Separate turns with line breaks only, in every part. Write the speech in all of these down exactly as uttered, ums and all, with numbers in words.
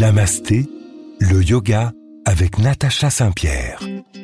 Namasté, le yoga avec Natacha Saint-Pierre.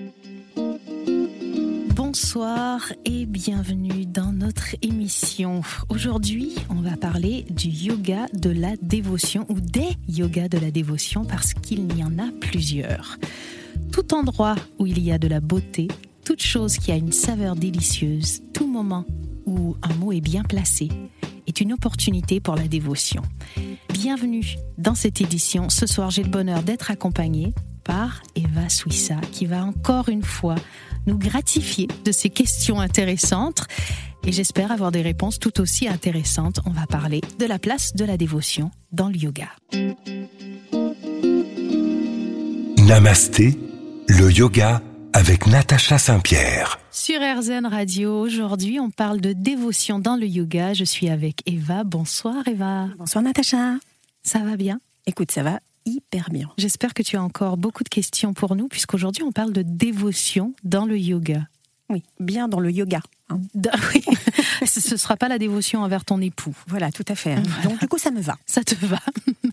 Bonsoir et bienvenue dans notre émission. Aujourd'hui, on va parler du yoga de la dévotion ou des yogas de la dévotion parce qu'il y en a plusieurs. Tout endroit où il y a de la beauté, toute chose qui a une saveur délicieuse, tout moment où un mot est bien placé, est une opportunité pour la dévotion. Bienvenue dans cette édition. Ce soir, j'ai le bonheur d'être accompagnée par Eva Suissa qui va encore une fois nous gratifier de ces questions intéressantes et j'espère avoir des réponses tout aussi intéressantes. On va parler de la place de la dévotion dans le yoga.
Namasté, le yoga avec Natacha Saint-Pierre.
Sur AirZen Radio, aujourd'hui, on parle de dévotion dans le yoga. Je suis avec Eva. Bonsoir Eva.
Bonsoir Natacha.
Ça va bien ?
Écoute, ça va hyper bien.
J'espère que tu as encore beaucoup de questions pour nous, puisqu'aujourd'hui, on parle de dévotion dans le yoga.
Oui, bien dans le yoga. Hein.
Oui. Ce ne sera pas la dévotion envers ton époux.
Voilà, tout à fait. Donc du coup, ça me va.
Ça te va.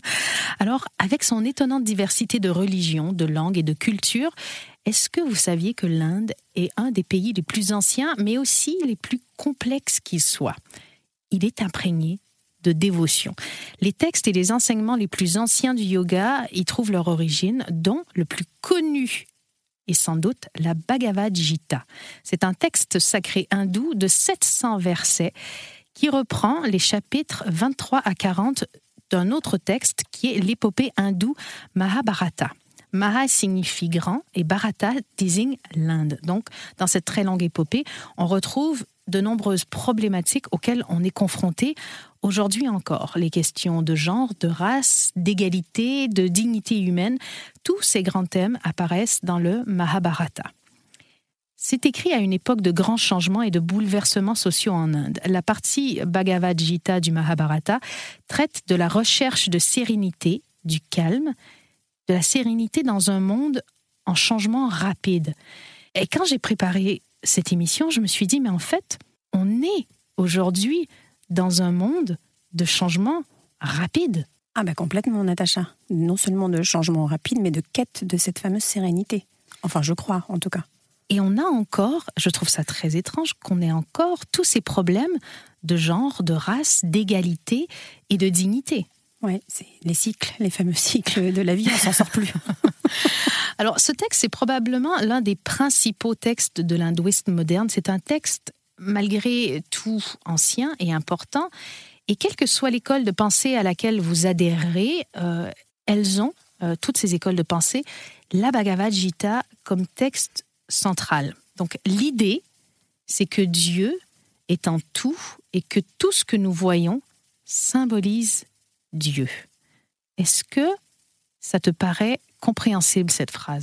Alors, avec son étonnante diversité de religions, de langues et de cultures, est-ce que vous saviez que l'Inde est un des pays les plus anciens, mais aussi les plus complexes qu'ils soient ? Il est imprégné de dévotion. Les textes et les enseignements les plus anciens du yoga y trouvent leur origine, dont le plus connu est sans doute la Bhagavad Gita. C'est un texte sacré hindou de sept cents versets qui reprend les chapitres vingt-trois à quarante d'un autre texte qui est l'épopée hindoue Mahabharata. Maha signifie grand et Bharata désigne l'Inde. Donc, dans cette très longue épopée, on retrouve de nombreuses problématiques auxquelles on est confronté aujourd'hui encore. Les questions de genre, de race, d'égalité, de dignité humaine, tous ces grands thèmes apparaissent dans le Mahabharata. C'est écrit à une époque de grands changements et de bouleversements sociaux en Inde. La partie Bhagavad Gita du Mahabharata traite de la recherche de sérénité, du calme, de la sérénité dans un monde en changement rapide. Et quand j'ai préparé cette émission, je me suis dit, mais en fait, on est aujourd'hui dans un monde de changement rapide.
Ah ben complètement, Natacha. Non seulement de changement rapide, mais de quête de cette fameuse sérénité. Enfin, je crois, en tout cas.
Et on a encore, je trouve ça très étrange, qu'on ait encore tous ces problèmes de genre, de race, d'égalité et de dignité.
Oui, c'est les cycles, les fameux cycles de la vie, on s'en sort plus.
Alors, ce texte, c'est probablement l'un des principaux textes de l'hindouisme moderne. C'est un texte, malgré tout, ancien et important. Et quelle que soit l'école de pensée à laquelle vous adhérez, euh, elles ont, euh, toutes ces écoles de pensée, la Bhagavad Gita comme texte central. Donc, l'idée, c'est que Dieu est en tout et que tout ce que nous voyons symbolise Dieu. Est-ce que ça te paraît compréhensible, cette phrase ?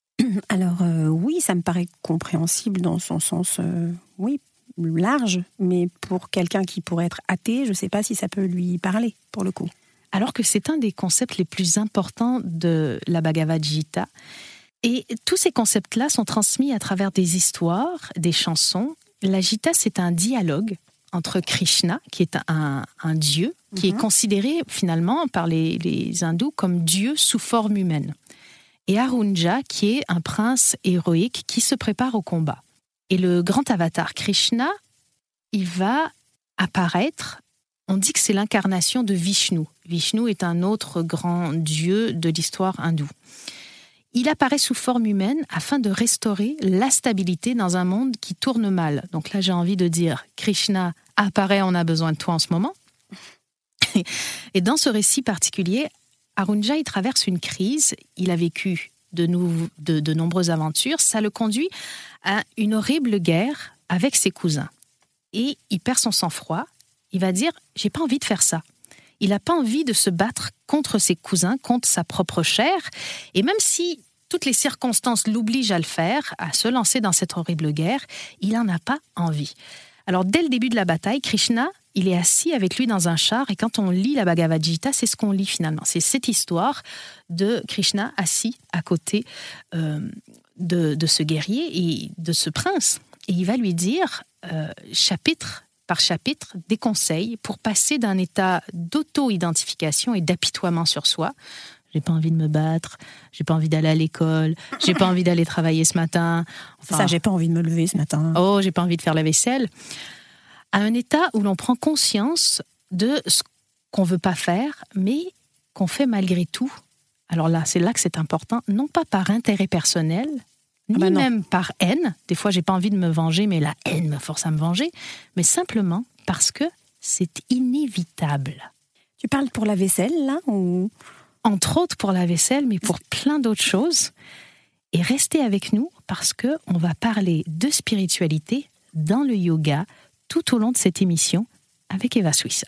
Alors euh, oui, ça me paraît compréhensible dans son sens, euh, oui, large, mais pour quelqu'un qui pourrait être athée, je ne sais pas si ça peut lui parler, pour le coup.
Alors que c'est un des concepts les plus importants de la Bhagavad Gita. Et tous ces concepts-là sont transmis à travers des histoires, des chansons. La Gita, c'est un dialogue entre Krishna, qui est un, un dieu, qui mm-hmm. est considéré finalement par les, les hindous comme dieu sous forme humaine, et Arunja, qui est un prince héroïque qui se prépare au combat. Et le grand avatar Krishna, il va apparaître, on dit que c'est l'incarnation de Vishnu. Vishnu est un autre grand dieu de l'histoire hindoue. Il apparaît sous forme humaine afin de restaurer la stabilité dans un monde qui tourne mal. Donc là, j'ai envie de dire, Krishna apparaît, on a besoin de toi en ce moment. Et dans ce récit particulier, Arunja, il traverse une crise. Il a vécu de, nou- de, de nombreuses aventures. Ça le conduit à une horrible guerre avec ses cousins. Et il perd son sang-froid. Il va dire, j'ai pas envie de faire ça. Il n'a pas envie de se battre contre ses cousins, contre sa propre chair. Et même si toutes les circonstances l'obligent à le faire, à se lancer dans cette horrible guerre, il n'en a pas envie. Alors, dès le début de la bataille, Krishna, il est assis avec lui dans un char. Et quand on lit la Bhagavad Gita, c'est ce qu'on lit finalement. C'est cette histoire de Krishna assis à côté euh, de, de ce guerrier et de ce prince. Et il va lui dire, euh, chapitre par chapitre, des conseils pour passer d'un état d'auto-identification et d'apitoiement sur soi J'ai pas envie de me battre, j'ai pas envie d'aller à l'école, j'ai pas envie d'aller travailler ce matin.
Enfin, ça, j'ai pas envie de me lever ce matin.
Oh, j'ai pas envie de faire la vaisselle. À un état où l'on prend conscience de ce qu'on veut pas faire, mais qu'on fait malgré tout. Alors là, c'est là que c'est important, non pas par intérêt personnel, ni ah ben même par haine. Des fois, j'ai pas envie de me venger, mais la haine me force à me venger. Mais simplement parce que c'est inévitable.
Tu parles pour la vaisselle, là ou...
Entre autres pour la vaisselle, mais pour plein d'autres choses. Et restez avec nous parce qu'on va parler de spiritualité dans le yoga tout au long de cette émission avec Eva Suissa.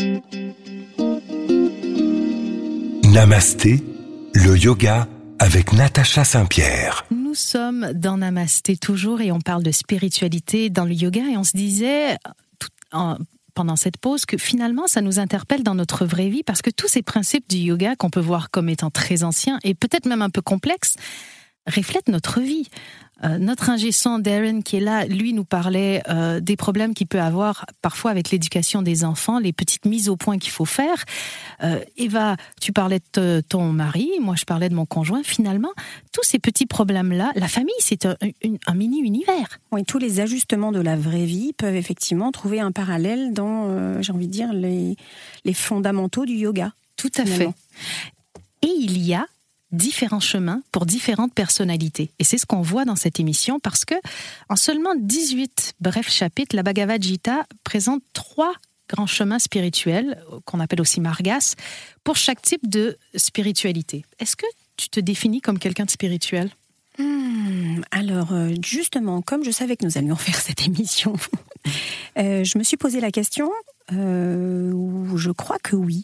Namasté, le yoga avec Natacha Saint-Pierre.
Nous sommes dans Namasté toujours et on parle de spiritualité dans le yoga et on se disait tout, en, pendant cette pause que finalement ça nous interpelle dans notre vraie vie parce que tous ces principes du yoga qu'on peut voir comme étant très anciens et peut-être même un peu complexes reflètent notre vie. Euh, notre ingé son Darren qui est là, lui nous parlait euh, des problèmes qu'il peut avoir parfois avec l'éducation des enfants, les petites mises au point qu'il faut faire. Euh, Eva, tu parlais de ton mari, moi je parlais de mon conjoint. Finalement, tous ces petits problèmes-là, la famille c'est un, un, un mini-univers.
Oui, tous les ajustements de la vraie vie peuvent effectivement trouver un parallèle dans, euh, j'ai envie de dire, les, les fondamentaux du yoga.
Tout à finalement. fait. Et il y a différents chemins pour différentes personnalités. Et c'est ce qu'on voit dans cette émission parce que, en seulement dix-huit brefs chapitres, la Bhagavad Gita présente trois grands chemins spirituels, qu'on appelle aussi margas, pour chaque type de spiritualité. Est-ce que tu te définis comme quelqu'un de spirituel ?
Hum, alors, justement, comme je savais que nous allions faire cette émission, euh, je me suis posé la question, euh, où je crois que oui.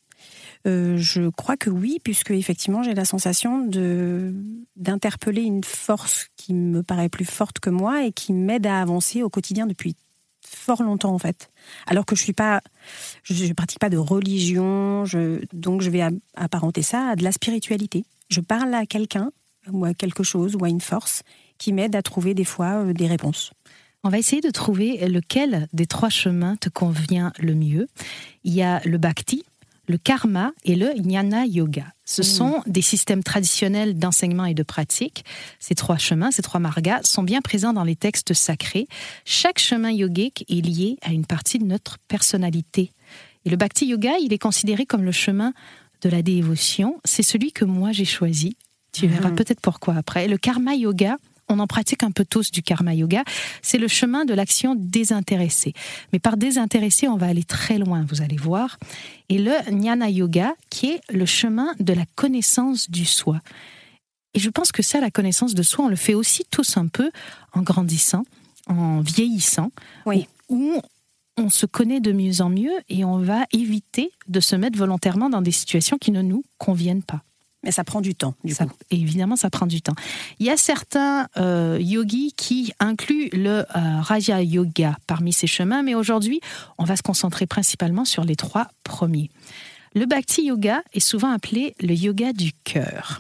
Euh, je crois que oui, puisque effectivement j'ai la sensation de, d'interpeller une force qui me paraît plus forte que moi et qui m'aide à avancer au quotidien depuis fort longtemps en fait. Alors que je suis pas, je, je pratique pas de religion, je, donc je vais apparenter ça à de la spiritualité. Je parle à quelqu'un ou à quelque chose ou à une force qui m'aide à trouver des fois euh, des réponses.
On va essayer de trouver lequel des trois chemins te convient le mieux. Il y a le bhakti, le karma et le jnana yoga. Ce mmh. sont des systèmes traditionnels d'enseignement et de pratique. Ces trois chemins, ces trois margas, sont bien présents dans les textes sacrés. Chaque chemin yogique est lié à une partie de notre personnalité. Et le bhakti yoga, il est considéré comme le chemin de la dévotion. C'est celui que moi j'ai choisi. Tu verras mmh. peut-être pourquoi après. Le karma yoga, on en pratique un peu tous du karma yoga, c'est le chemin de l'action désintéressée. Mais par désintéressé, on va aller très loin, vous allez voir. Et le jnana yoga, qui est le chemin de la connaissance du soi. Et je pense que ça, la connaissance de soi, on le fait aussi tous un peu en grandissant, en vieillissant,
oui.
où on se connaît de mieux en mieux et on va éviter de se mettre volontairement dans des situations qui ne nous conviennent pas.
Mais ça prend du temps, du
ça,
coup.
Évidemment, ça prend du temps. Il y a certains euh, yogis qui incluent le euh, Raja Yoga parmi ces chemins, mais aujourd'hui, on va se concentrer principalement sur les trois premiers. Le Bhakti Yoga est souvent appelé le yoga du cœur,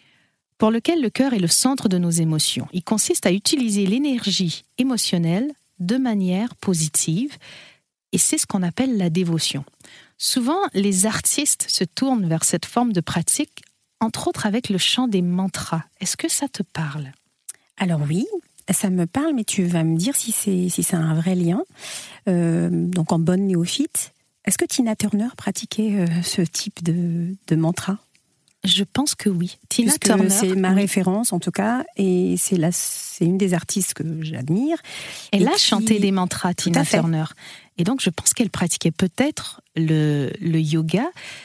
pour lequel le cœur est le centre de nos émotions. Il consiste à utiliser l'énergie émotionnelle de manière positive, et c'est ce qu'on appelle la dévotion. Souvent, les artistes se tournent vers cette forme de pratique, entre autres avec le chant des mantras. Est-ce que ça te parle ?
Alors oui, ça me parle, mais tu vas me dire si c'est, si c'est un vrai lien. Euh, donc en bonne néophyte, est-ce que Tina Turner pratiquait euh, ce type de, de mantra ?
Je pense que oui. Tina
Puisque
Turner,
c'est ma
oui.
référence en tout cas, et c'est, la, c'est une des artistes que j'admire.
Elle a
qui...
chanté des mantras, Tina Turner. Et donc je pense qu'elle pratiquait peut-être le, le yoga.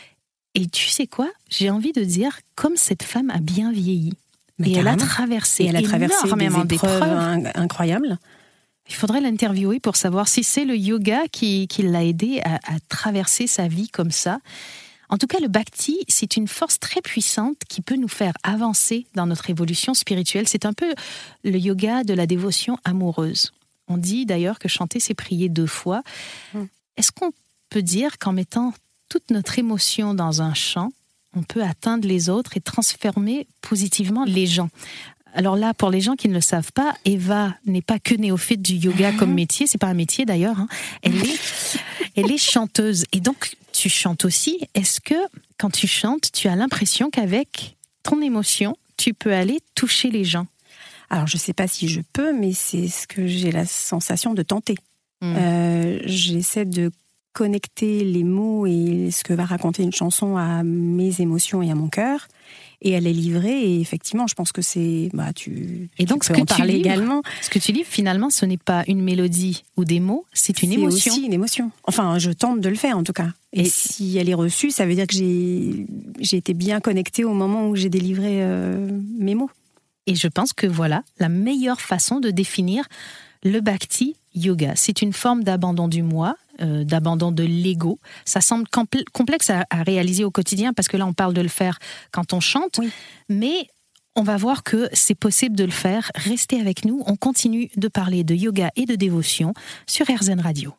Et tu sais quoi ? J'ai envie de dire, comme cette femme a bien vieilli. Mais et elle a traversé,
et elle a traversé
énormément
des épreuves
d'épreuves
incroyables.
Il faudrait l'interviewer pour savoir si c'est le yoga qui, qui l'a aidé à, à traverser sa vie comme ça. En tout cas, le bhakti, c'est une force très puissante qui peut nous faire avancer dans notre évolution spirituelle. C'est un peu le yoga de la dévotion amoureuse. On dit d'ailleurs que chanter, c'est prier deux fois. Hum. Est-ce qu'on peut dire qu'en mettant toute notre émotion dans un chant, on peut atteindre les autres et transformer positivement les gens? Alors là, pour les gens qui ne le savent pas, Eva n'est pas que néophyte du yoga comme métier, c'est pas un métier d'ailleurs, hein. Elle est, Elle est chanteuse. Et donc, tu chantes aussi. Est-ce que, quand tu chantes, tu as l'impression qu'avec ton émotion, tu peux aller toucher les gens ?
Alors, je ne sais pas si je peux, mais c'est ce que j'ai la sensation de tenter. Mmh. Euh, j'essaie de connecter les mots et ce que va raconter une chanson à mes émotions et à mon cœur, et à les livrer. Et effectivement, je pense que c'est... Bah, tu,
et donc,
tu
ce
peux
que
en parler
tu livres,
également.
Ce que tu livres, finalement, ce n'est pas une mélodie ou des mots, c'est une
c'est
émotion.
C'est aussi une émotion. Enfin, je tente de le faire, en tout cas. Et, et si elle est reçue, ça veut dire que j'ai, j'ai été bien connectée au moment où j'ai délivré euh, mes mots.
Et je pense que voilà la meilleure façon de définir le Bhakti Yoga. C'est une forme d'abandon du moi, euh, d'abandon de l'ego. Ça semble compl- complexe à, à réaliser au quotidien parce que là, on parle de le faire quand on chante. Oui. Mais on va voir que c'est possible de le faire. Restez avec nous. On continue de parler de yoga et de dévotion sur R Z N Radio.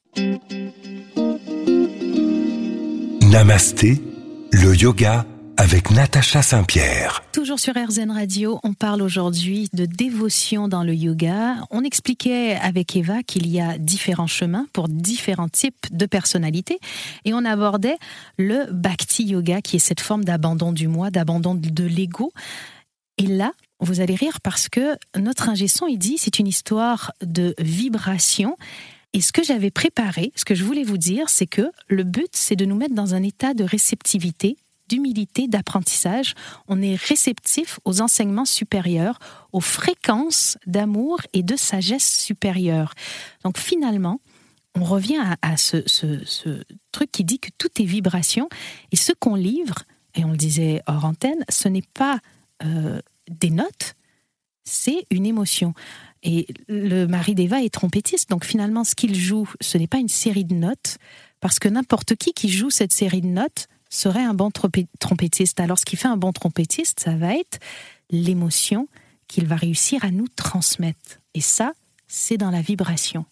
Namasté, le yoga avec Natacha Saint-Pierre.
Toujours sur R Z N Radio, on parle aujourd'hui de dévotion dans le yoga. On expliquait avec Eva qu'il y a différents chemins pour différents types de personnalités. Et on abordait le Bhakti Yoga, qui est cette forme d'abandon du moi, d'abandon de l'ego. Et là, vous allez rire parce que notre ingé son, il dit, c'est une histoire de vibration. Et ce que j'avais préparé, ce que je voulais vous dire, c'est que le but, c'est de nous mettre dans un état de réceptivité, d'humilité, d'apprentissage. On est réceptif aux enseignements supérieurs, aux fréquences d'amour et de sagesse supérieure. Donc finalement, on revient à, à ce, ce, ce truc qui dit que tout est vibration. Et ce qu'on livre, et on le disait hors antenne, ce n'est pas euh, des notes, c'est une émotion. Et le mari d'Eva est trompettiste, donc finalement ce qu'il joue, ce n'est pas une série de notes, parce que n'importe qui qui joue cette série de notes serait un bon trompettiste. Alors ce qui fait un bon trompettiste, ça va être l'émotion qu'il va réussir à nous transmettre. Et ça, c'est dans la vibration.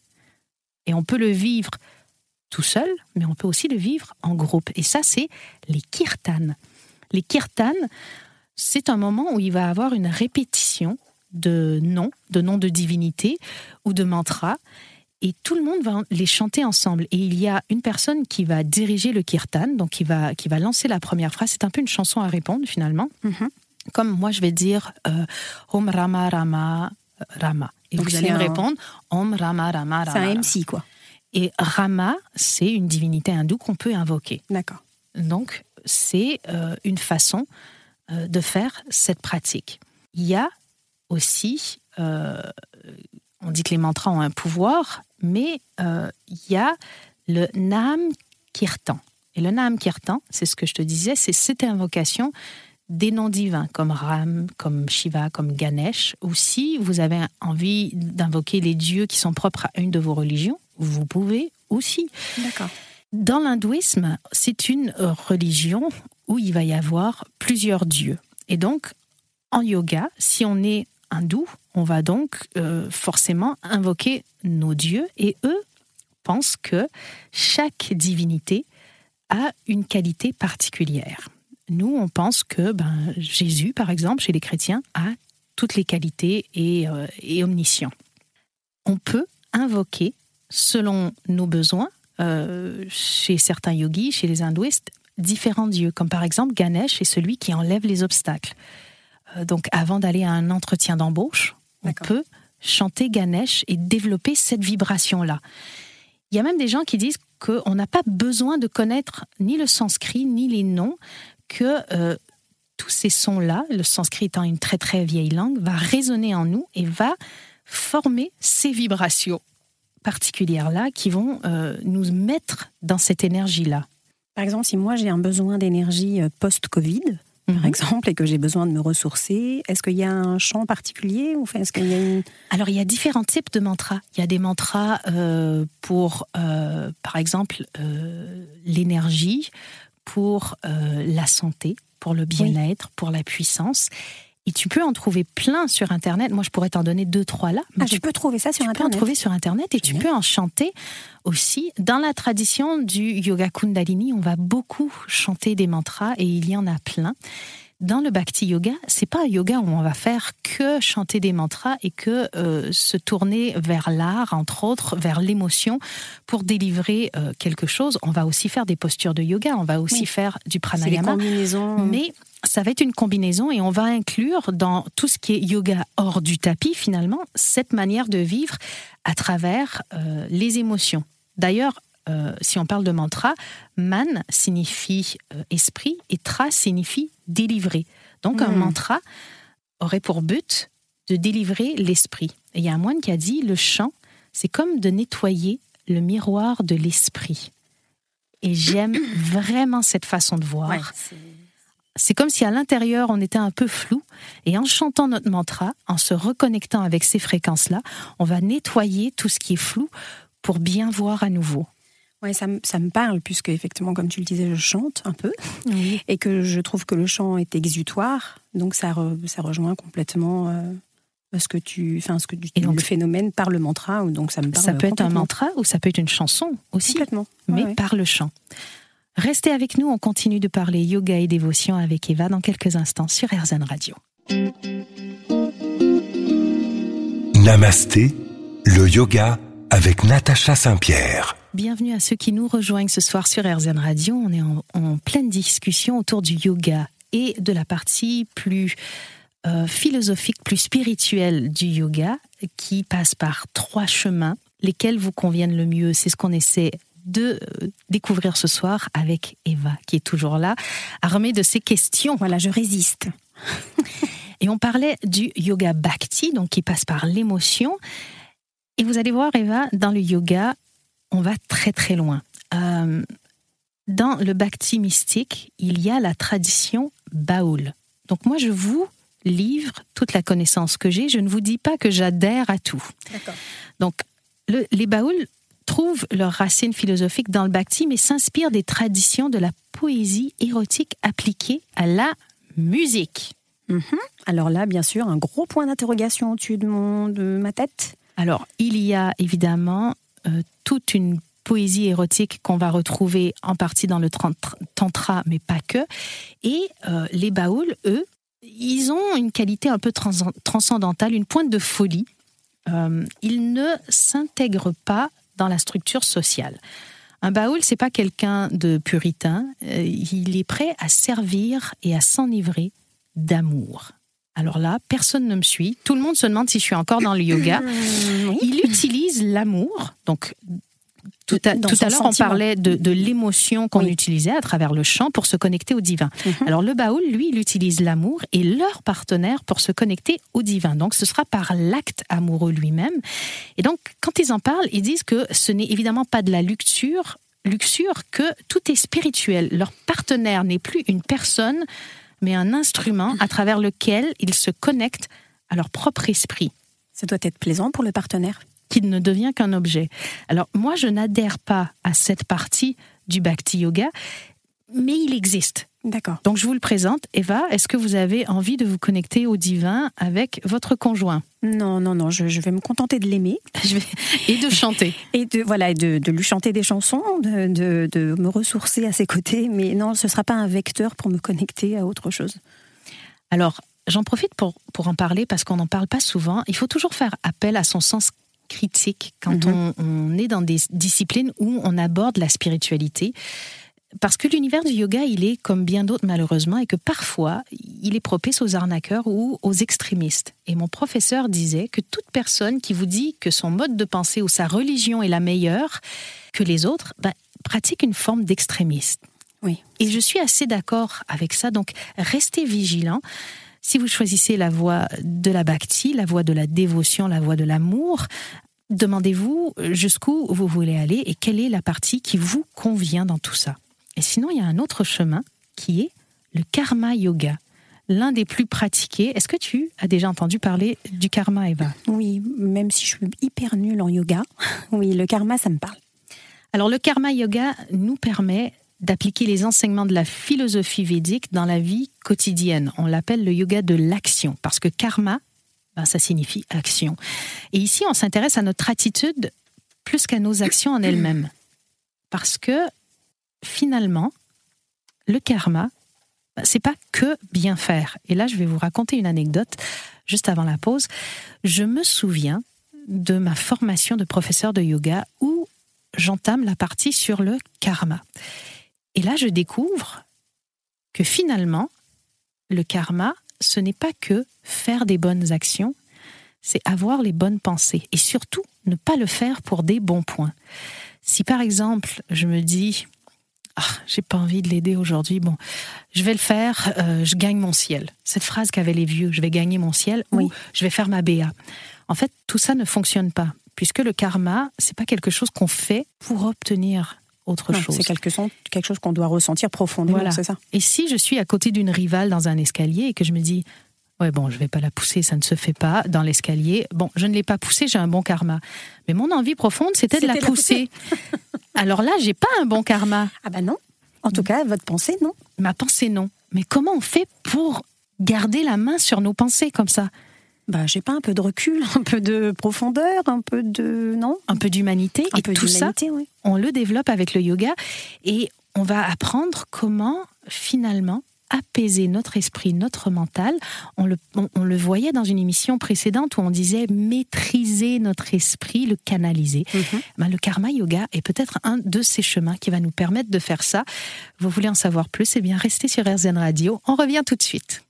Et on peut le vivre tout seul, mais on peut aussi le vivre en groupe. Et ça, c'est les kirtans. Les kirtans, c'est un moment où il va y avoir une répétition de noms, de noms de divinités ou de mantras, et tout le monde va les chanter ensemble. Et il y a une personne qui va diriger le kirtan, donc qui va, qui va lancer la première phrase. C'est un peu une chanson à répondre, finalement. Mm-hmm. Comme moi, je vais dire euh, Om Rama Rama Rama. Et donc vous allez me répondre Om Rama Rama Rama.
C'est un M C, quoi.
Et Rama, c'est une divinité hindoue qu'on peut invoquer.
D'accord.
Donc, c'est euh, une façon euh, de faire cette pratique. Il y a aussi... Euh, on dit que les mantras ont un pouvoir, mais euh, il y a le Nam Kirtan. Et le Nam Kirtan, c'est ce que je te disais, c'est cette invocation des noms divins, comme Ram, comme Shiva, comme Ganesh. Ou si vous avez envie d'invoquer les dieux qui sont propres à une de vos religions, vous pouvez aussi.
D'accord.
Dans l'hindouisme, c'est une religion où il va y avoir plusieurs dieux. Et donc, en yoga, si on est hindou, on va donc euh, forcément invoquer nos dieux, et eux pensent que chaque divinité a une qualité particulière. Nous, on pense que ben, Jésus, par exemple, chez les chrétiens, a toutes les qualités et euh, est omniscient. On peut invoquer, selon nos besoins, euh, chez certains yogis, chez les hindouistes, différents dieux, comme par exemple Ganesh est celui qui enlève les obstacles. Donc, avant d'aller à un entretien d'embauche, D'accord. on peut chanter Ganesh et développer cette vibration-là. Il y a même des gens qui disent qu'on n'a pas besoin de connaître ni le sanskrit, ni les noms, que euh, tous ces sons-là, le sanskrit étant une très très vieille langue, va résonner en nous et va former ces vibrations particulières-là qui vont euh, nous mettre dans cette énergie-là.
Par exemple, si moi j'ai un besoin d'énergie post-Covid, par exemple, et que j'ai besoin de me ressourcer, est-ce qu'il y a un chant particulier ou est-ce qu'il y a une...
Alors, il y a différents types de mantras. Il y a des mantras euh, pour, euh, par exemple, euh, l'énergie, pour euh, la santé, pour le bien-être, oui. pour la puissance. Et tu peux en trouver plein sur Internet. Moi, je pourrais t'en donner deux, trois là.
Ah, tu peux trouver ça sur
tu
Internet.
Tu peux en trouver sur Internet et tu peux en chanter aussi. Dans la tradition du yoga Kundalini, on va beaucoup chanter des mantras et il y en a plein. dans le Bhakti Yoga, c'est pas un yoga où on va faire que chanter des mantras et que euh, se tourner vers l'art, entre autres, vers l'émotion pour délivrer euh, quelque chose. On va aussi faire des postures de yoga, on va aussi oui. faire du pranayama.
C'est les combinaisons.
Mais ça va être une combinaison et on va inclure dans tout ce qui est yoga hors du tapis, finalement, cette manière de vivre à travers euh, les émotions. D'ailleurs, Euh, si on parle de mantra, man signifie euh, esprit et tra signifie délivrer. Donc mmh. un mantra aurait pour but de délivrer l'esprit. Et il y a un moine qui a dit, le chant, c'est comme de nettoyer le miroir de l'esprit. Et j'aime vraiment cette façon de voir. Ouais, c'est... c'est comme si à l'intérieur, on était un peu flou. Et en chantant notre mantra, en se reconnectant avec ces fréquences-là, on va nettoyer tout ce qui est flou pour bien voir à nouveau.
Oui, ça, ça me parle, puisque effectivement, comme tu le disais, je chante un peu, oui. et que je trouve que le chant est exutoire, donc ça, re, ça rejoint complètement euh, ce que tu, enfin, ce que tu, et donc, le phénomène par le mantra, donc ça me parle.
Ça peut être un mantra ou ça peut être une chanson aussi,
complètement.
mais
ouais, ouais.
par le chant. Restez avec nous, on continue de parler yoga et dévotion avec Eva dans quelques instants sur AirZen Radio.
Namasté, le yoga avec Natacha Saint-Pierre.
Bienvenue à ceux qui nous rejoignent ce soir sur AirZen Radio. On est en, en pleine discussion autour du yoga et de la partie plus euh, philosophique, plus spirituelle du yoga, qui passe par trois chemins, lesquels vous conviennent le mieux. C'est ce qu'on essaie de euh, découvrir ce soir avec Eva, qui est toujours là, armée de ses questions.
Voilà, je résiste.
Et on parlait du yoga bhakti, donc qui passe par l'émotion. Et vous allez voir, Eva, dans le yoga, on va très très loin. Euh, dans le bhakti mystique, il y a la tradition baoul. Donc moi, je vous livre toute la connaissance que j'ai. Je ne vous dis pas que j'adhère à tout.
D'accord.
Donc, le, les baouls trouvent leurs racines philosophiques dans le bhakti, mais s'inspirent des traditions de la poésie érotique appliquée à la musique.
Mm-hmm. Alors là, bien sûr, un gros point d'interrogation au-dessus de, mon, de ma tête.
Alors, il y a évidemment euh, toute une poésie érotique qu'on va retrouver en partie dans le tantra, mais pas que. Et euh, les baouls, eux, ils ont une qualité un peu trans- transcendantale, une pointe de folie. Euh, ils ne s'intègrent pas dans la structure sociale. Un baoul, c'est pas quelqu'un de puritain. Euh, il est prêt à servir et à s'enivrer d'amour. Alors là, personne ne me suit. Tout le monde se demande si je suis encore dans le yoga. Il utilise l'amour. Donc, tout à, tout à l'heure, sentiment. On parlait de, de l'émotion qu'on oui. utilisait à travers le chant pour se connecter au divin. Mm-hmm. Alors, le baoul, lui, il utilise l'amour et leur partenaire pour se connecter au divin. Donc, ce sera par l'acte amoureux lui-même. Et donc, quand ils en parlent, ils disent que ce n'est évidemment pas de la luxure, luxure que tout est spirituel. Leur partenaire n'est plus une personne, mais un instrument à travers lequel ils se connectent à leur propre esprit.
Ça doit être plaisant pour le partenaire.
Qui ne devient qu'un objet. Alors, moi, je n'adhère pas à cette partie du Bhakti Yoga, mais il existe.
D'accord.
Donc, je vous le présente. Eva, est-ce que vous avez envie de vous connecter au divin avec votre conjoint ?
Non, non, non, je, je vais me contenter de l'aimer.
Je vais... Et de chanter.
Et de, voilà, de, de lui chanter des chansons, de, de, de me ressourcer à ses côtés. Mais non, ce ne sera pas un vecteur pour me connecter à autre chose.
Alors, j'en profite pour, pour en parler parce qu'on n'en parle pas souvent. Il faut toujours faire appel à son sens critique quand mm-hmm. on, on est dans des disciplines où on aborde la spiritualité. Parce que l'univers du yoga, il est comme bien d'autres malheureusement, et que parfois, il est propice aux arnaqueurs ou aux extrémistes. Et mon professeur disait que toute personne qui vous dit que son mode de pensée ou sa religion est la meilleure que les autres, ben, pratique une forme d'extrémisme.
Oui.
Et je suis assez d'accord avec ça, donc restez vigilants. Si vous choisissez la voie de la bhakti, la voie de la dévotion, la voie de l'amour, demandez-vous jusqu'où vous voulez aller et quelle est la partie qui vous convient dans tout ça. Et sinon, il y a un autre chemin qui est le karma yoga, l'un des plus pratiqués. Est-ce que tu as déjà entendu parler du karma, Eva ?
Oui, même si je suis hyper nulle en yoga, oui, le karma, ça me parle.
Alors, le karma yoga nous permet d'appliquer les enseignements de la philosophie védique dans la vie quotidienne. On l'appelle le yoga de l'action, parce que karma, ben, ça signifie action. Et ici, on s'intéresse à notre attitude plus qu'à nos actions en elles-mêmes. Parce que, finalement, le karma, c'est pas que bien faire. Et là, je vais vous raconter une anecdote juste avant la pause. Je me souviens de ma formation de professeur de yoga où j'entame la partie sur le karma. Et là, je découvre que finalement, le karma, ce n'est pas que faire des bonnes actions, c'est avoir les bonnes pensées. Et surtout, ne pas le faire pour des bons points. Si par exemple, je me dis... Ah, j'ai pas envie de l'aider aujourd'hui. Bon, je vais le faire, euh, je gagne mon ciel. Cette phrase qu'avaient les vieux, je vais gagner mon ciel, oui. Ou je vais faire ma B A. En fait, tout ça ne fonctionne pas, puisque le karma, c'est pas quelque chose qu'on fait pour obtenir autre
non,
chose.
C'est quelque, quelque chose qu'on doit ressentir profondément,
voilà.
C'est ça.
Et si je suis à côté d'une rivale dans un escalier et que je me dis, ouais bon, je vais pas la pousser, ça ne se fait pas dans l'escalier. Bon, je ne l'ai pas poussée, j'ai un bon karma. Mais mon envie profonde, c'était, c'était de la, la pousser. Alors là, j'ai pas un bon karma.
Ah ben non. En tout cas, votre pensée, non.
Ma pensée, non. Mais comment on fait pour garder la main sur nos pensées comme ça ?
Bah, j'ai pas un peu de recul, un peu de profondeur, un peu de... Non ?
Un peu d'humanité.
Un
et
peu
tout
d'humanité,
ça,
oui.
On le développe avec le yoga et on va apprendre comment, finalement, apaiser notre esprit, notre mental. On le, on, on le voyait dans une émission précédente où on disait maîtriser notre esprit, le canaliser. Mm-hmm. Ben, le karma yoga est peut-être un de ces chemins qui va nous permettre de faire ça. Vous voulez en savoir plus ? Eh bien, restez sur R Z N Radio. On revient tout de suite.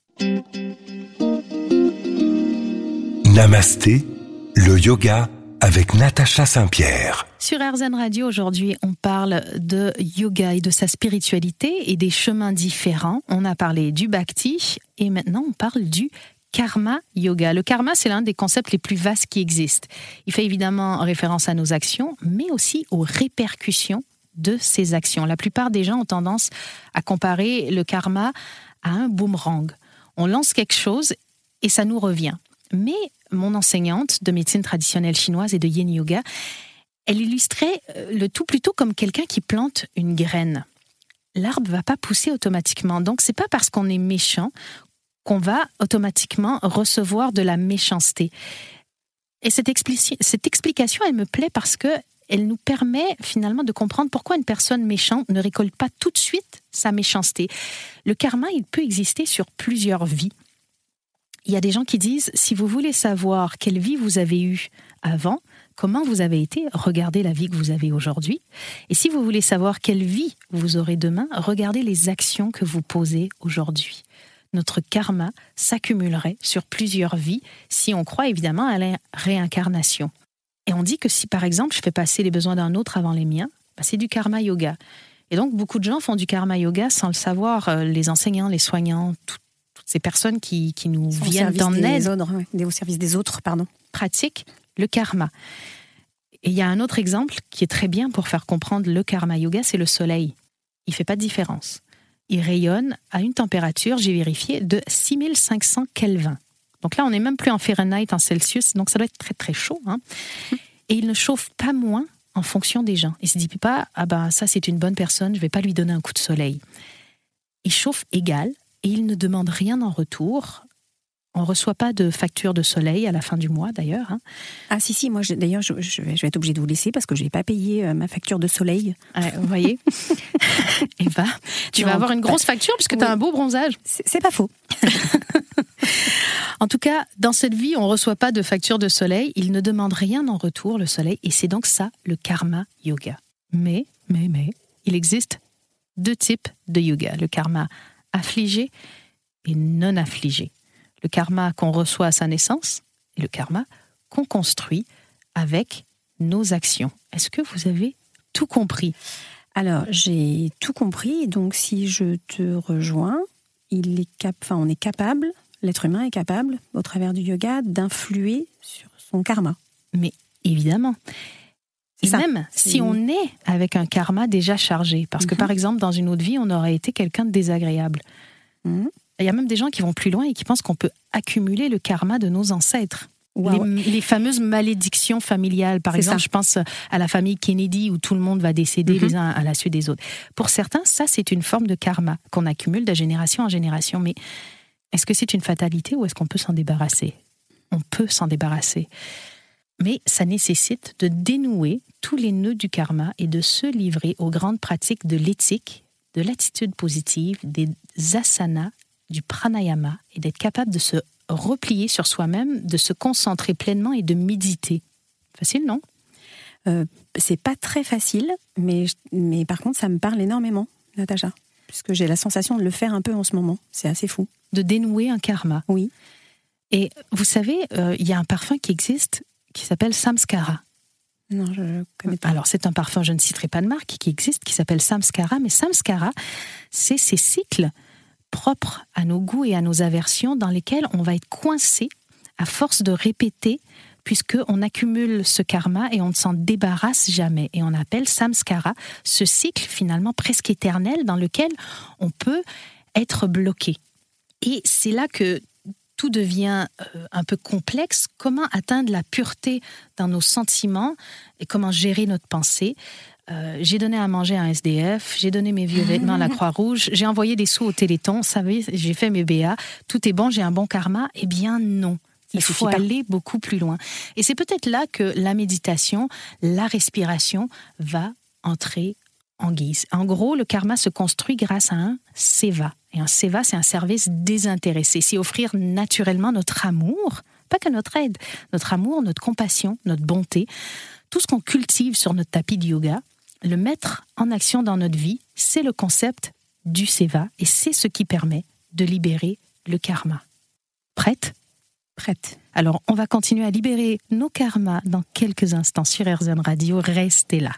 Namasté, le yoga avec Natacha Saint-Pierre.
Sur R Z N Radio, aujourd'hui, on parle de yoga et de sa spiritualité et des chemins différents. On a parlé du bhakti et maintenant on parle du karma yoga. Le karma, c'est l'un des concepts les plus vastes qui existent. Il fait évidemment référence à nos actions, mais aussi aux répercussions de ces actions. La plupart des gens ont tendance à comparer le karma à un boomerang. On lance quelque chose et ça nous revient. Mais mon enseignante de médecine traditionnelle chinoise et de yin yoga, elle illustrait le tout plutôt comme quelqu'un qui plante une graine. L'arbre ne va pas pousser automatiquement. Donc, ce n'est pas parce qu'on est méchant qu'on va automatiquement recevoir de la méchanceté. Et cette, expli- cette explication, elle me plaît parce qu'elle nous permet finalement de comprendre pourquoi une personne méchante ne récolte pas tout de suite sa méchanceté. Le karma, il peut exister sur plusieurs vies. Il y a des gens qui disent, si vous voulez savoir quelle vie vous avez eue avant, comment vous avez été, regardez la vie que vous avez aujourd'hui. Et si vous voulez savoir quelle vie vous aurez demain, regardez les actions que vous posez aujourd'hui. Notre karma s'accumulerait sur plusieurs vies si on croit évidemment à la réincarnation. Et on dit que si par exemple je fais passer les besoins d'un autre avant les miens, bah c'est du karma yoga. Et donc beaucoup de gens font du karma yoga sans le savoir, les enseignants, les soignants, tout. Ces personnes qui, qui nous au viennent en aide,
autres, ouais, au service des autres, pardon,
pratiquent le karma. Et il y a un autre exemple qui est très bien pour faire comprendre le karma yoga, c'est le soleil. Il ne fait pas de différence. Il rayonne à une température, j'ai vérifié, de six mille cinq cents Kelvin. Donc là, on n'est même plus en Fahrenheit, en Celsius, donc ça doit être très très chaud. Hein. Et il ne chauffe pas moins en fonction des gens. Il ne se dit pas, ah ben ça c'est une bonne personne, je ne vais pas lui donner un coup de soleil. Il chauffe égal. Et il ne demande rien en retour. On ne reçoit pas de facture de soleil à la fin du mois, d'ailleurs. Hein.
Ah si, si, moi, je, d'ailleurs, je, je, vais, je vais être obligée de vous laisser parce que je n'ai pas payé euh, ma facture de soleil.
Ouais, vous voyez. Et bah, tu non, vas avoir une grosse bah, facture puisque oui. Tu as un beau bronzage.
C'est, c'est pas faux.
En tout cas, dans cette vie, on ne reçoit pas de facture de soleil. Il ne demande rien en retour, le soleil. Et c'est donc ça, le karma yoga. Mais, mais, mais, il existe deux types de yoga. Le karma affligé et non affligé. Le karma qu'on reçoit à sa naissance et le karma qu'on construit avec nos actions. Est-ce que vous avez tout compris ?
Alors, j'ai tout compris. Donc, si je te rejoins, il est cap... enfin, on est capable, l'être humain est capable, au travers du yoga, d'influer sur son karma.
Mais évidemment. Et
ça.
même
C'est...
si on est avec un karma déjà chargé, parce que mm-hmm. par exemple, dans une autre vie, on aurait été quelqu'un de désagréable. Mm-hmm. Il y a même des gens qui vont plus loin et qui pensent qu'on peut accumuler le karma de nos ancêtres. Wow. Les, les fameuses malédictions familiales. Par
C'est
exemple,
ça.
Je pense à la famille Kennedy où tout le monde va décéder mm-hmm. les uns à la suite des autres. Pour certains, ça, c'est une forme de karma qu'on accumule de génération en génération. Mais est-ce que c'est une fatalité ou est-ce qu'on peut s'en débarrasser ? On peut s'en débarrasser. Mais ça nécessite de dénouer tous les nœuds du karma et de se livrer aux grandes pratiques de l'éthique, de l'attitude positive, des asanas, du pranayama, et d'être capable de se replier sur soi-même, de se concentrer pleinement et de méditer. Facile, non ?
euh, C'est pas très facile, mais, mais par contre, ça me parle énormément, Natacha. Puisque j'ai la sensation de le faire un peu en ce moment. C'est assez fou.
De dénouer un karma.
Oui.
Et vous savez, euh, il y a un parfum qui existe qui s'appelle Samskara.
Non, je ne connais pas.
Alors, c'est un parfum, je ne citerai pas de marque, qui existe, qui s'appelle Samskara. Mais Samskara, c'est ces cycles propres à nos goûts et à nos aversions dans lesquels on va être coincé à force de répéter, puisqu'on accumule ce karma et on ne s'en débarrasse jamais. Et on appelle Samskara ce cycle finalement presque éternel dans lequel on peut être bloqué. Et c'est là que tout devient euh, un peu complexe. Comment atteindre la pureté dans nos sentiments et comment gérer notre pensée ? Euh, j'ai donné à manger à un S D F, j'ai donné mes vieux vêtements à la Croix-Rouge, j'ai envoyé des sous au Téléthon, vous savez, j'ai fait mes B A, tout est bon, j'ai un bon karma. Eh bien non, il faut aller beaucoup plus loin. Et c'est peut-être là que la méditation, la respiration va entrer en guise. En gros, le karma se construit grâce à un seva. Et un seva, c'est un service désintéressé. C'est offrir naturellement notre amour, pas que notre aide, notre amour, notre compassion, notre bonté, tout ce qu'on cultive sur notre tapis de yoga, le mettre en action dans notre vie, c'est le concept du seva et c'est ce qui permet de libérer le karma. Prête ?
Prête.
Alors, on va continuer à libérer nos karmas dans quelques instants sur R Z N Radio. Restez là.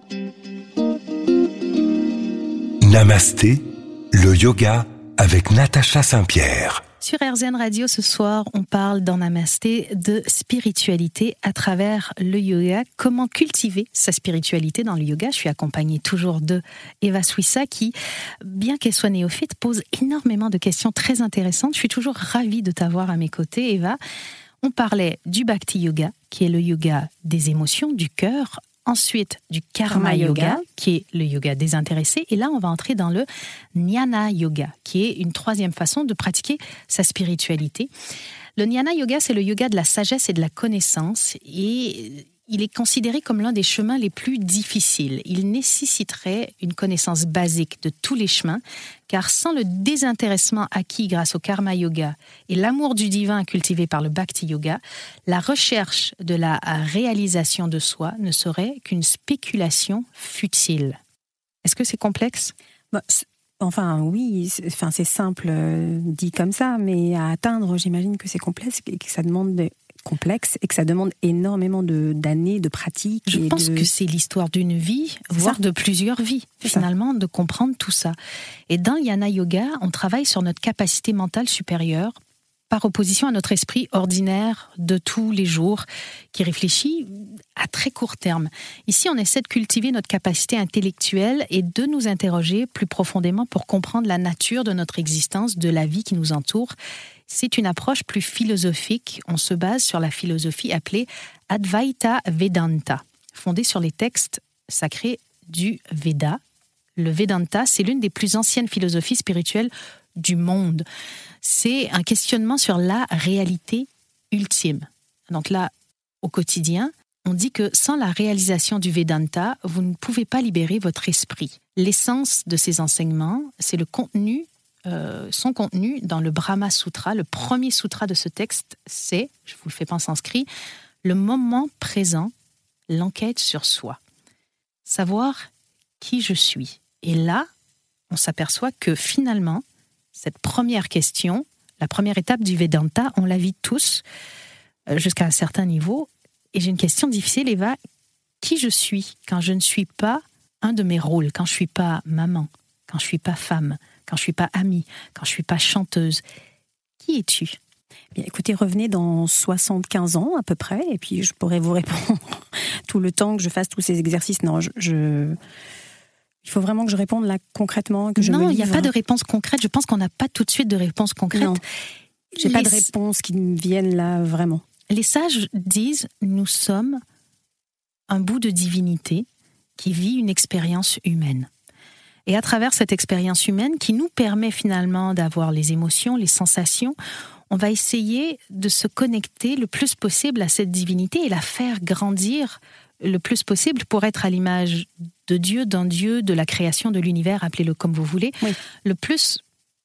Namasté, le yoga avec Natacha Saint-Pierre.
Sur R Z N Radio, ce soir, on parle dans Namasté de spiritualité à travers le yoga. Comment cultiver sa spiritualité dans le yoga ? Je suis accompagnée toujours de Eva Swissa qui, bien qu'elle soit néophyte, pose énormément de questions très intéressantes. Je suis toujours ravie de t'avoir à mes côtés, Eva. On parlait du Bhakti Yoga, qui est le yoga des émotions, du cœur. Ensuite, du Karma Yoga, qui est le yoga désintéressé. Et là, on va entrer dans le Jnana Yoga, qui est une troisième façon de pratiquer sa spiritualité. Le Jnana Yoga, c'est le yoga de la sagesse et de la connaissance. Et il est considéré comme l'un des chemins les plus difficiles. Il nécessiterait une connaissance basique de tous les chemins, car sans le désintéressement acquis grâce au Karma Yoga et l'amour du divin cultivé par le Bhakti Yoga, la recherche de la réalisation de soi ne serait qu'une spéculation futile. Est-ce que c'est complexe ?
Bah, c'est... Enfin, oui, c'est, enfin, c'est simple euh, dit comme ça, mais à atteindre, j'imagine que c'est complexe et que ça demande... De... complexe et que ça demande énormément de, d'années de pratique.
Je
et
pense
de...
que c'est l'histoire d'une vie,
c'est
voire
ça.
de plusieurs vies,
c'est
finalement,
ça.
de comprendre tout ça. Et dans le Jnana Yoga, on travaille sur notre capacité mentale supérieure par opposition à notre esprit ordinaire de tous les jours qui réfléchit à très court terme. Ici, on essaie de cultiver notre capacité intellectuelle et de nous interroger plus profondément pour comprendre la nature de notre existence, de la vie qui nous entoure. C'est une approche plus philosophique. On se base sur la philosophie appelée Advaita Vedanta, fondée sur les textes sacrés du Veda. Le Vedanta, c'est l'une des plus anciennes philosophies spirituelles du monde. C'est un questionnement sur la réalité ultime. Donc là, au quotidien, on dit que sans la réalisation du Vedanta, vous ne pouvez pas libérer votre esprit. L'essence de ces enseignements, c'est le contenu Euh, son contenu dans le Brahma Sutra. Le premier sutra de ce texte, c'est, je vous le fais pas en sanskrit, le moment présent, l'enquête sur soi. Savoir qui je suis. Et là, on s'aperçoit que finalement, cette première question, la première étape du Vedanta, on la vit tous euh, jusqu'à un certain niveau. Et j'ai une question difficile, Eva. Qui je suis quand je ne suis pas un de mes rôles, quand je ne suis pas maman, quand je ne suis pas femme, quand je ne suis pas amie, quand je ne suis pas chanteuse. Qui es-tu ?
Bien, écoutez, revenez dans soixante-quinze ans à peu près, et puis je pourrais vous répondre tout le temps que je fasse tous ces exercices. Non, je, je... il faut vraiment que je réponde là concrètement, que je
non,
me livre.
il n'y a pas de réponse concrète. Je pense qu'on n'a pas tout de suite de réponse concrète.
Non, j'ai
Les...
pas de réponse qui me viennent là vraiment.
Les sages disent, nous sommes un bout de divinité qui vit une expérience humaine. Et à travers cette expérience humaine qui nous permet finalement d'avoir les émotions, les sensations, on va essayer de se connecter le plus possible à cette divinité et la faire grandir le plus possible pour être à l'image de Dieu, d'un Dieu, de la création de l'univers, appelez-le comme vous voulez,
oui.
le plus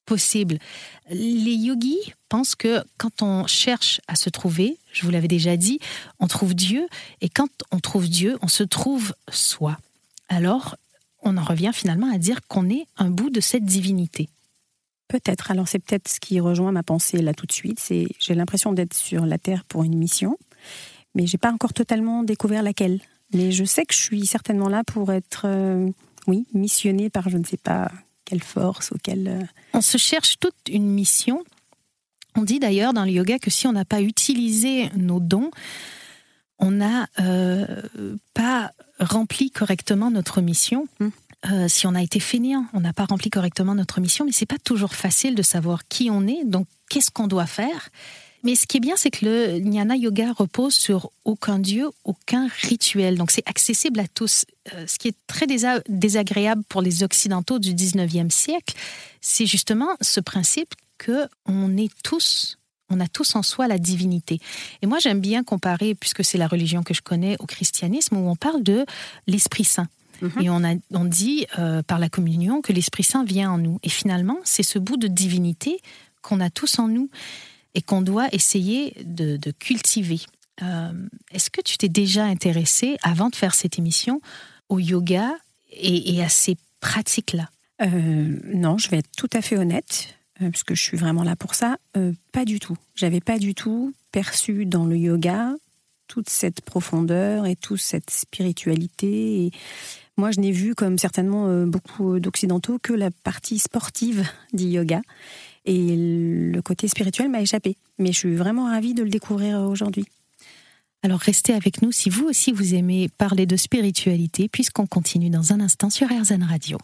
possible. Les yogis pensent que quand on cherche à se trouver, je vous l'avais déjà dit, on trouve Dieu, et quand on trouve Dieu, on se trouve soi. Alors, on en revient finalement à dire qu'on est un bout de cette divinité.
Peut-être. Alors c'est peut-être ce qui rejoint ma pensée là tout de suite. C'est, j'ai l'impression d'être sur la Terre pour une mission, mais j'ai pas encore totalement découvert laquelle. Mais je sais que je suis certainement là pour être, euh, oui, missionnée par je ne sais pas quelle force ou quelle... Euh...
On se cherche toute une mission. On dit d'ailleurs dans le yoga que si on n'a pas utilisé nos dons, on n'a euh, pas rempli correctement notre mission. Mmh. Euh, si on a été fainéant, on n'a pas rempli correctement notre mission, mais c'est pas toujours facile de savoir qui on est, donc qu'est-ce qu'on doit faire. Mais ce qui est bien, c'est que le Jnana Yoga repose sur aucun dieu, aucun rituel, donc c'est accessible à tous. Euh, ce qui est très désa- désagréable pour les Occidentaux du dix-neuvième siècle, c'est justement ce principe qu'on est tous... On a tous en soi la divinité. Et moi, j'aime bien comparer, puisque c'est la religion que je connais, au christianisme, où on parle de l'Esprit Saint. Mmh. Et on, a, on dit euh, par la communion que l'Esprit Saint vient en nous. Et finalement, c'est ce bout de divinité qu'on a tous en nous et qu'on doit essayer de, de cultiver. Euh, est-ce que tu t'es déjà intéressé, avant de faire cette émission, au yoga et, et à ces pratiques-là ?
euh, Non, je vais être tout à fait honnête. Parce que je suis vraiment là pour ça, euh, pas du tout. J'avais pas du tout perçu dans le yoga toute cette profondeur et toute cette spiritualité. Et moi, je n'ai vu, comme certainement euh, beaucoup d'occidentaux, que la partie sportive du yoga. Et le côté spirituel m'a échappé. Mais je suis vraiment ravie de le découvrir aujourd'hui.
Alors restez avec nous si vous aussi vous aimez parler de spiritualité, puisqu'on continue dans un instant sur R Z N Radio.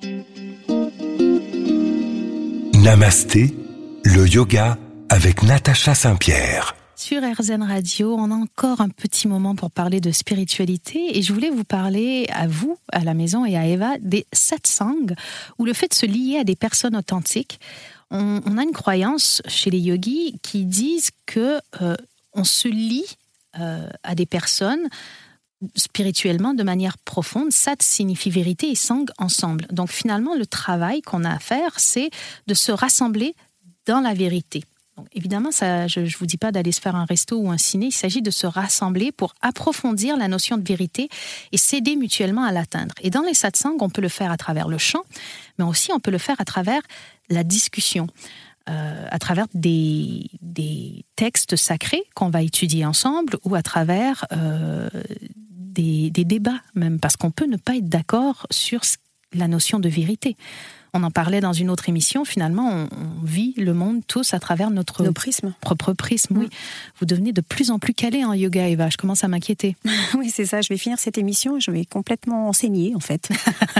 Namasté, le yoga avec Natacha Saint-Pierre.
Sur R Z N Radio, on a encore un petit moment pour parler de spiritualité et je voulais vous parler à vous, à la maison et à Eva, des satsangs, ou le fait de se lier à des personnes authentiques. On, on a une croyance chez les yogis qui disent que euh, on se lie euh, à des personnes spirituellement de manière profonde. Sat signifie vérité et sang ensemble. Donc finalement, le travail qu'on a à faire, c'est de se rassembler dans la vérité. Donc, évidemment, ça, je ne vous dis pas d'aller se faire un resto ou un ciné, il s'agit de se rassembler pour approfondir la notion de vérité et s'aider mutuellement à l'atteindre. Et dans les satsangs, on peut le faire à travers le chant, mais aussi on peut le faire à travers la discussion. Euh, à travers des, des textes sacrés qu'on va étudier ensemble ou à travers euh, des, des débats même, parce qu'on peut ne pas être d'accord sur la notion de vérité. On en parlait dans une autre émission, finalement, on, on vit le monde tous à travers notre
Nos prismes.
propre prisme. Mmh. Oui. Vous devenez de plus en plus calé en yoga, Eva, je commence à m'inquiéter.
Oui, c'est ça, je vais finir cette émission et je vais complètement enseigner, en fait.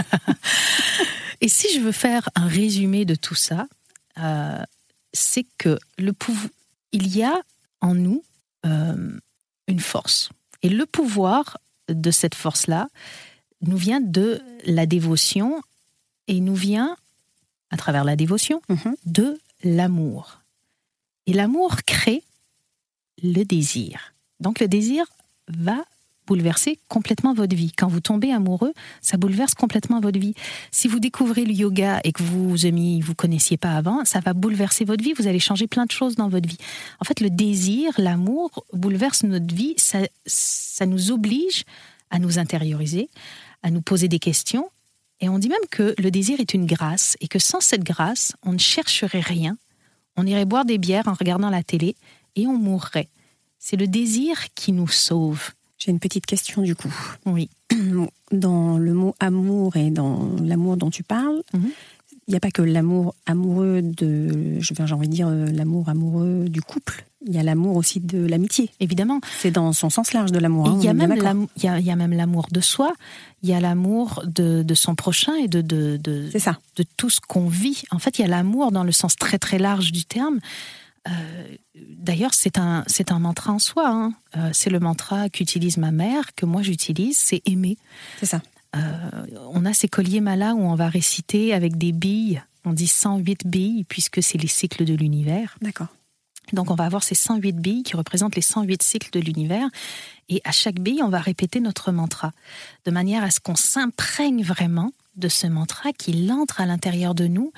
Et si je veux faire un résumé de tout ça, euh, c'est que le pouvoir, il y a en nous euh, une force. Et le pouvoir de cette force-là nous vient de la dévotion et nous vient, à travers la dévotion, mm-hmm. de l'amour. Et l'amour crée le désir. Donc le désir va bouleverser complètement votre vie. Quand vous tombez amoureux, ça bouleverse complètement votre vie. Si vous découvrez le yoga et que vous aimiez, vous connaissiez pas avant, ça va bouleverser votre vie. Vous allez changer plein de choses dans votre vie. En fait, le désir, l'amour bouleverse notre vie. Ça, ça nous oblige à nous intérioriser, à nous poser des questions. Et on dit même que le désir est une grâce et que sans cette grâce, on ne chercherait rien. On irait boire des bières en regardant la télé et on mourrait. C'est le désir qui nous sauve.
J'ai une petite question du coup.
Oui.
Dans le mot amour et dans l'amour dont tu parles, il mm-hmm. n'y a pas que l'amour amoureux de, j'ai envie de dire l'amour amoureux du couple. Il y a l'amour aussi de l'amitié.
Évidemment.
C'est dans son sens large de l'amour.
Hein, il, y a même
il,
y a, il y a même l'amour de soi, il y a l'amour de, de son prochain et de, de, de,
C'est ça.
de tout ce qu'on vit. En fait, il y a l'amour dans le sens très très large du terme. Euh, d'ailleurs, c'est un, c'est un mantra en soi. Hein. Euh, c'est le mantra qu'utilise ma mère, que moi j'utilise, c'est aimer.
C'est ça.
Euh, on a ces colliers malas où on va réciter avec des billes. On dit cent huit billes, puisque c'est les cycles de l'univers.
D'accord.
Donc on va avoir ces cent huit billes qui représentent les cent huit cycles de l'univers. Et à chaque bille, on va répéter notre mantra, de manière à ce qu'on s'imprègne vraiment de ce mantra, qu'il entre à l'intérieur de nous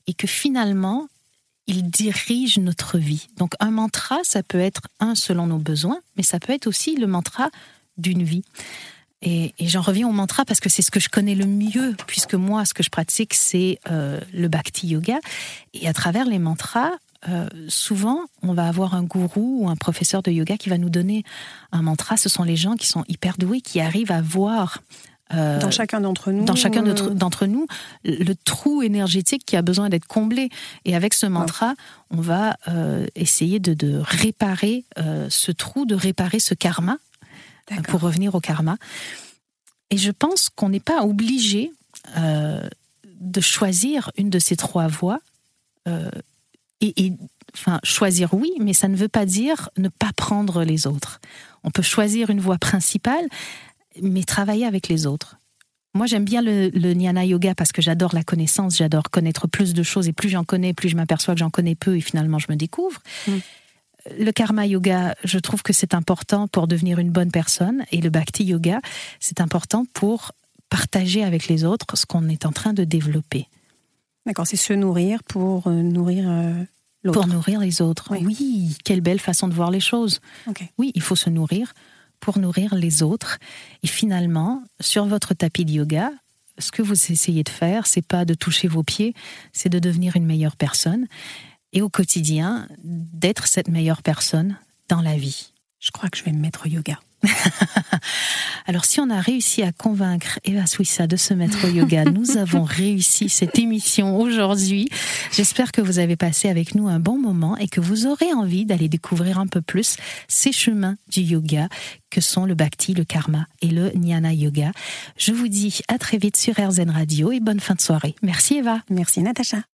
et que finalement, il dirige notre vie. Donc un mantra, ça peut être un selon nos besoins, mais ça peut être aussi le mantra d'une vie. Et, et j'en reviens au mantra parce que c'est ce que je connais le mieux, puisque moi, ce que je pratique, c'est euh, le Bhakti Yoga. Et à travers les mantras, euh, souvent, on va avoir un gourou ou un professeur de yoga qui va nous donner un mantra. Ce sont les gens qui sont hyper doués, qui arrivent à voir... Euh,
dans chacun d'entre nous.
Dans chacun
euh...
d'entre nous, le trou énergétique qui a besoin d'être comblé. Et avec ce mantra, on va euh, essayer de, de réparer euh, ce trou, de réparer ce karma. D'accord. Pour revenir au karma. Et je pense qu'on n'est pas obligé euh, de choisir une de ces trois voies. Euh, et, et, enfin, choisir, oui, mais ça ne veut pas dire ne pas prendre les autres. On peut choisir une voie principale, mais travailler avec les autres. Moi, j'aime bien le, le Jnana Yoga parce que j'adore la connaissance, j'adore connaître plus de choses, et plus j'en connais, plus je m'aperçois que j'en connais peu, et finalement, je me découvre. Mm. Le Karma Yoga, je trouve que c'est important pour devenir une bonne personne. Et le Bhakti Yoga, c'est important pour partager avec les autres ce qu'on est en train de développer.
D'accord, c'est se nourrir pour euh, nourrir euh, l'autre.
Pour nourrir les autres, oui. oui. Quelle belle façon de voir les choses.
Okay.
Oui, il faut se nourrir pour nourrir les autres. Et finalement, sur votre tapis de yoga, ce que vous essayez de faire, c'est pas de toucher vos pieds, c'est de devenir une meilleure personne. Et au quotidien, d'être cette meilleure personne dans la vie.
Je crois que je vais me mettre au yoga.
Alors, si on a réussi à convaincre Eva Suissa de se mettre au yoga, nous avons réussi cette émission aujourd'hui. J'espère que vous avez passé avec nous un bon moment et que vous aurez envie d'aller découvrir un peu plus ces chemins du yoga que sont le Bhakti, le Karma et le Jnana Yoga. Je vous dis à très vite sur R Z N Radio et bonne fin de soirée. Merci Eva.
Merci Natacha.